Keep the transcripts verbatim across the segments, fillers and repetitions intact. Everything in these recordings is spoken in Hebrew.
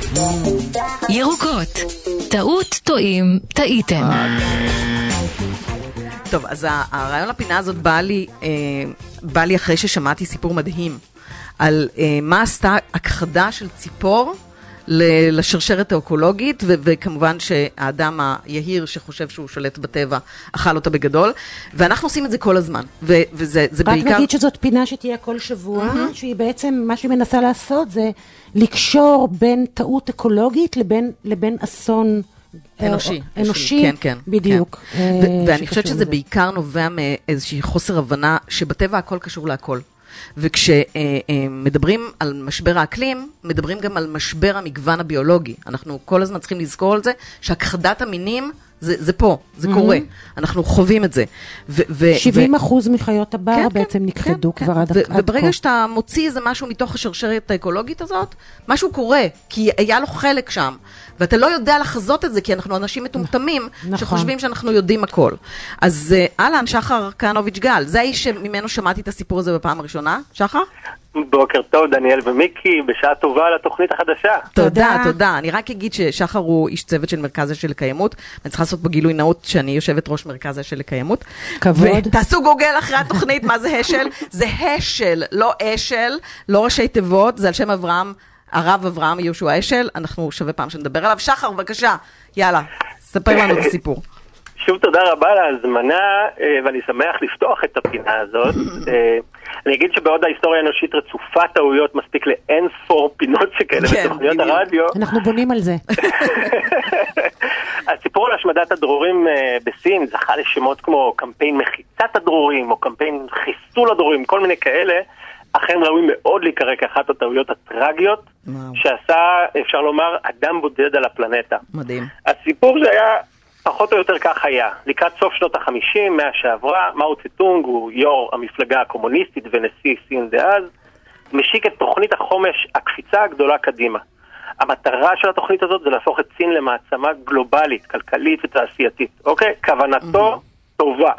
ירוקות. טעות, טועים, טעיתם. טוב, אז הרעיון לפינה הזאת בא לי, אה, בא לי אחרי ששמעתי סיפור מדהים על אה, מה עשתה הכחדה של ציפור לשרשרת האקולוגית, ו- וכמובן שהאדם היהיר שחושב שהוא שולט בטבע אכל אותה בגדול, ואנחנו עושים את זה כל הזמן, ו- וזה זה רק בעיקר... נגיד שזאת פינה שתהיה כל שבוע, mm-hmm. שהיא בעצם, מה שהיא מנסה לעשות זה לקשור בין טעות אקולוגית לבין, לבין אסון אנושי, אנושי, כן, כן, בדיוק. כן. ו- ואני חושבת שזה בעיקר נובע מאיזושהי חוסר הבנה שבטבע הכל קשור להכל. וכשמדברים על משבר האקלים, מדברים גם על משבר המגוון הביולוגי. אנחנו כל הזמן צריכים לזכור על זה שהכחדת המינים זה, זה פה, זה קורה. אנחנו חווים את זה. ו- ו- שבעים אחוז מחיות הבר כן, בעצם כן, נכחדו כן, כבר כן. עד ו- עד וברגע פה. שאתה מוציא איזה משהו מתוך השרשרת האקולוגית הזאת, משהו קורה, כי היה לו חלק שם. ואתה לא יודע לחזות את זה, כי אנחנו אנשים מטומטמים, נכון. שחושבים שאנחנו יודעים הכל. אז אהלן, שחר כהנוביץ' גל, זה האיש שממנו שמעתי את הסיפור הזה בפעם הראשונה. שחר? בוקר טוב, דניאל ומיקי, בשעה טובה על התוכנית החדשה. תודה, תודה. אני רק אגיד ששחר הוא איש צוות של מרכז השל לקיימות, אני צריכה לעשות בגילוי נאות שאני יושבת ראש מרכז השל לקיימות. כבוד. ותעשו גוגל אחרי התוכנית, מה זה השל? זה השל, לא אשל, לא ראשי תיבות, זה על שם אברהם, הרב אברהם יהושע אשל, אנחנו שווה פעם שנדבר עליו. שחר, בבקשה, יאללה, ספר לנו את הסיפור. שוב תודה רבה על ההזמנה, ואני שמח לפתוח את הפינה הזאת. אני אגיד שבעוד ההיסטוריה האנושית רצופה טעויות, מספיק לאין ספור פינות שכאלה בתוכניות הרדיו. אנחנו בונים על זה. הסיפור על השמדת הדרורים בסין זכה לשמות כמו קמפיין מחיצת הדרורים, או קמפיין חיסול הדרורים, כל מיני כאלה. אכן ראוי מאוד להיקרא כאחת הטעויות הטרגיות שעשה, אפשר לומר, אדם בודד על הפלנטה. מדהים. הסיפור שהיה פחות או יותר כך היה. לקראת סוף שנות החמישים, מאה שעברה, מאו צטונג הוא יו"ר המפלגה הקומוניסטית ונשיא סין דאז, משיק את תוכנית החומש הקפיצה הגדולה קדימה. המטרה של התוכנית הזאת זה להפוך את סין למעצמה גלובלית, כלכלית ותעשייתית. אוקיי? כוונתו טובה.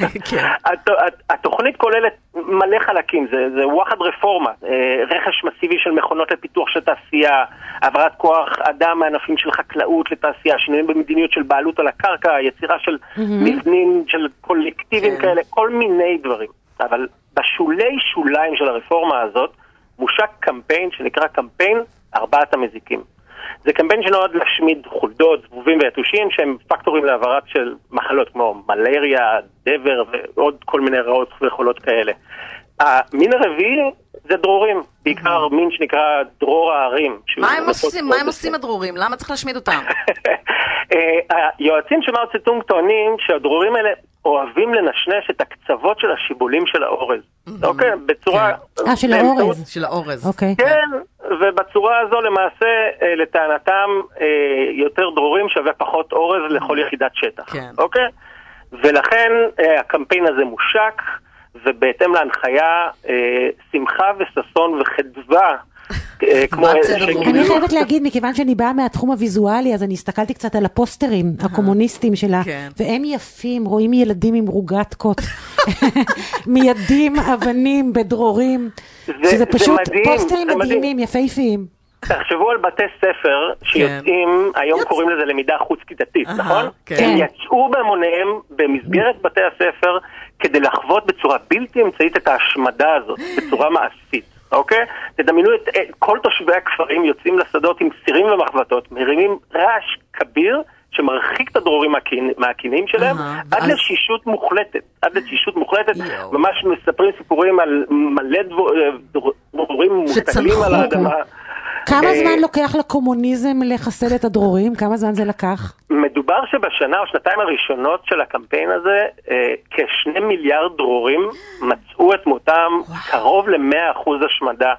התוכנית כוללת מלא חלקים, זה, זה וואחד רפורמה, רכש מסיבי של מכונות לפיתוח של תעשייה, העברת כוח אדם מענפים של חקלאות לתעשייה, שינויים במדיניות של בעלות על הקרקע, יצירה של מבנים, של קולקטיבים כאלה, כל מיני דברים. אבל בשולי שוליים של הרפורמה הזאת, מושק קמפיין שנקרא קמפיין ארבעת המזיקים. זה קמפיין שנועד להשמיד חולדות, זבובים ויתושים שהם פקטורים להעברת של מחלות כמו מלריה, דבר ועוד כל מיני רעות וחולות כאלה. המין הרביעי זה דרורים, בעיקר מין שנקרא דרור הערים. מה הם עושים? מה הם עושים הדרורים? למה צריך להשמיד אותם? היועצים של מאו צטונג טוענים שהדרורים האלה אוהבים לנשנש את הקצוות של השיבולים של האורז. אוקיי? בצורה... אה, של האורז. של האורז. אוקיי. כן, ובצורה הזו למעשה, לטענתם, יותר דרורים שווה פחות אורז לכל יחידת שטח. כן. אוקיי? ולכן הקמפיין הזה מושק, ובהתאם להנחיה, שמחה וססון וחדווה, אני חייבת להגיד, מכיוון שאני באה מהתחום הוויזואלי, אז אני הסתכלתי קצת על הפוסטרים הקומוניסטיים שלה, והם יפים, רואים ילדים עם רוגת קוט, מיידים אבנים בדרורים, שזה פשוט פוסטרים מדהימים, יפהפיים. תחשבו על בתי ספר שיוצאים, היום קוראים לזה למידה חוץ-כיתתית, נכון? הם יצאו בהמוניהם במסגרת בתי הספר כדי לחוות בצורה בלתי אמצעית את ההשמדה הזאת, בצורה מעשית. אוקיי? תדמיינו את כל תושבי הכפרים יוצאים לשדות עם סירים ומחבטות, מרימים רעש כביר שמרחיק את הדרורים מהקינים שלהם, עד לשישות מוחלטת, עד לשישות מוחלטת, ממש מספרים סיפורים על מלא דרורים מוטלים על האדמה. כמה זמן לוקח לקומוניזם לחסל את הדרורים? כמה זמן זה לקח? מדובר שבשנה או שנתיים הראשונות של הקמפיין הזה, כשני מיליארד דרורים מצאו את מותם קרוב ל-מאה אחוז השמדה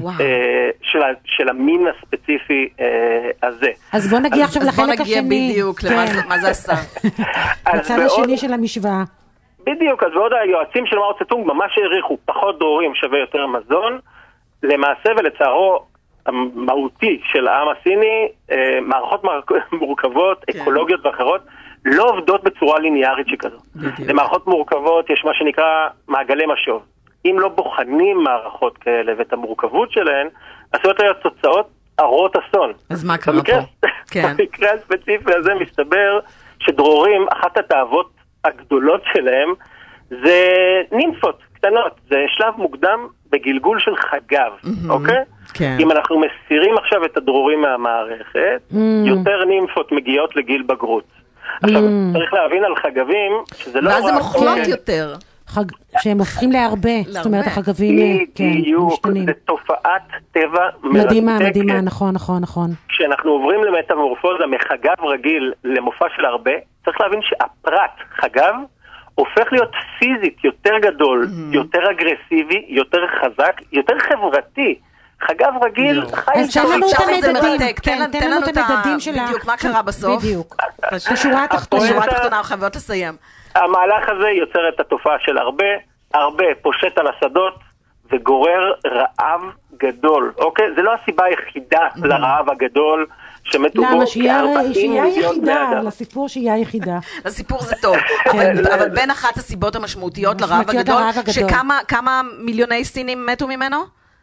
של המין הספציפי הזה. אז בוא נגיע עכשיו לחלק השני. אז בוא נגיע בדיוק למה זה עשה. בצד השני של המשוואה. בדיוק, אז ועוד היועצים של מאו צטונג ממש העריכו, פחות דרורים שווה יותר מזון, למעשה ולצערו, המהותי של העם הסיני, מערכות מורכבות, אקולוגיות ואחרות, לא עובדות בצורה ליניארית שכזו. למערכות מורכבות יש מה שנקרא מעגלי משוב. אם לא בוחנים מערכות כאלה ואת המורכבות שלהן, עשויות להיות תוצאות הרות הרות אסון. אז מה קרה פה? כן. במקרה הספציפי הזה מסתבר שדרורים, אחת התאוות הגדולות שלהם, זה נימפות קטנות. זה שלב מוקדם בגלגול של חגב, אוקיי? כן. אם אנחנו מסירים עכשיו את הדרורים מהמערכת, יותר נימפות מגיעות לגיל בגרות. עכשיו, צריך להבין על חגבים, שזה לא... ואז הם אוכלות יותר. שהם הופכים להרבה, זאת אומרת, החגבים משתנים. זה תופעת טבע מרתקת. מדהימה, מדהימה, נכון, נכון, נכון. כשאנחנו עוברים למטמורפוזה מחגב רגיל למופע של הרבה, צריך להבין שהפרט, חגב, הופך להיות פיזית יותר גדול, יותר אגרסיבי, יותר חזק, יותר חברתי. חגב רגיל, חי... אז תן לנו את המדדים, תן לנו את המדדים שלה. בדיוק, מה קרה בסוף? בדיוק. בשורה התחתונה. בשורה התחתונה, חייבות לסיים. המהלך הזה יוצר את התופעה של הרבה, הרבה פושט על השדות וגורר רעב גדול, אוקיי? זה לא הסיבה היחידה לרעב הגדול שמתו בו כארבעים מיליון בני אדם. לסיפור שהיא היחידה. לסיפור זה טוב, אבל בין אחת הסיבות המשמעותיות לרעב הגדול, שכמה מיליוני סינים מתו ממנו?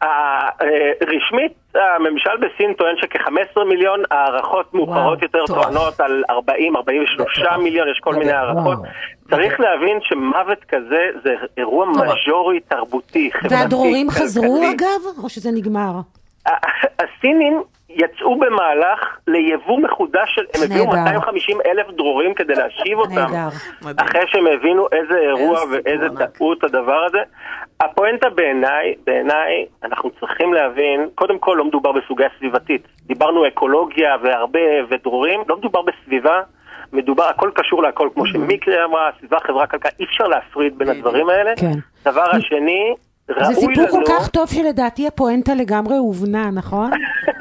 רשמית, הממשל בסין טוען שכ-חמישה עשר מיליון, הערכות מאוחרות יותר טוענות על ארבעים עד ארבעים ושלושה מיליון, יש כל מיני הערכות. צריך להבין שמוות כזה זה אירוע מז'ורי, תרבותי, חברתי. והדרורים חזרו אגב, או שזה נגמר? הסינים יצאו במהלך ליבוא מחודש של, הם הביאו מאתיים וחמישים אלף דרורים כדי להשיב אותם, אחרי שהם הבינו איזה אירוע ואיזה טעות הדבר הזה. הפואנטה בעיניי, בעיניי, אנחנו צריכים להבין, קודם כל לא מדובר בסוגיה סביבתית, דיברנו אקולוגיה והרבה ודרורים, לא מדובר בסביבה, מדובר, הכל קשור להכל, כמו שמיקרי אמרה, סביבה, חברה, כלכלה, אי אפשר להפריד בין הדברים האלה. דבר השני, זה סיפור כל כך טוב שלדעתי הפואנטה לגמרי הובנה, נכון?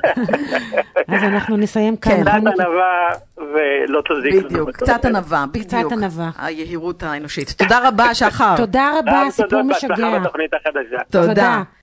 אז אנחנו נסיים כאן. קצת ענווה ולא תזיק. בדיוק, קצת ענווה, בדיוק. היהירות האנושית. תודה רבה, שחר. תודה רבה, סיפור משגע. בהצלחה בתוכנית החדשה. תודה.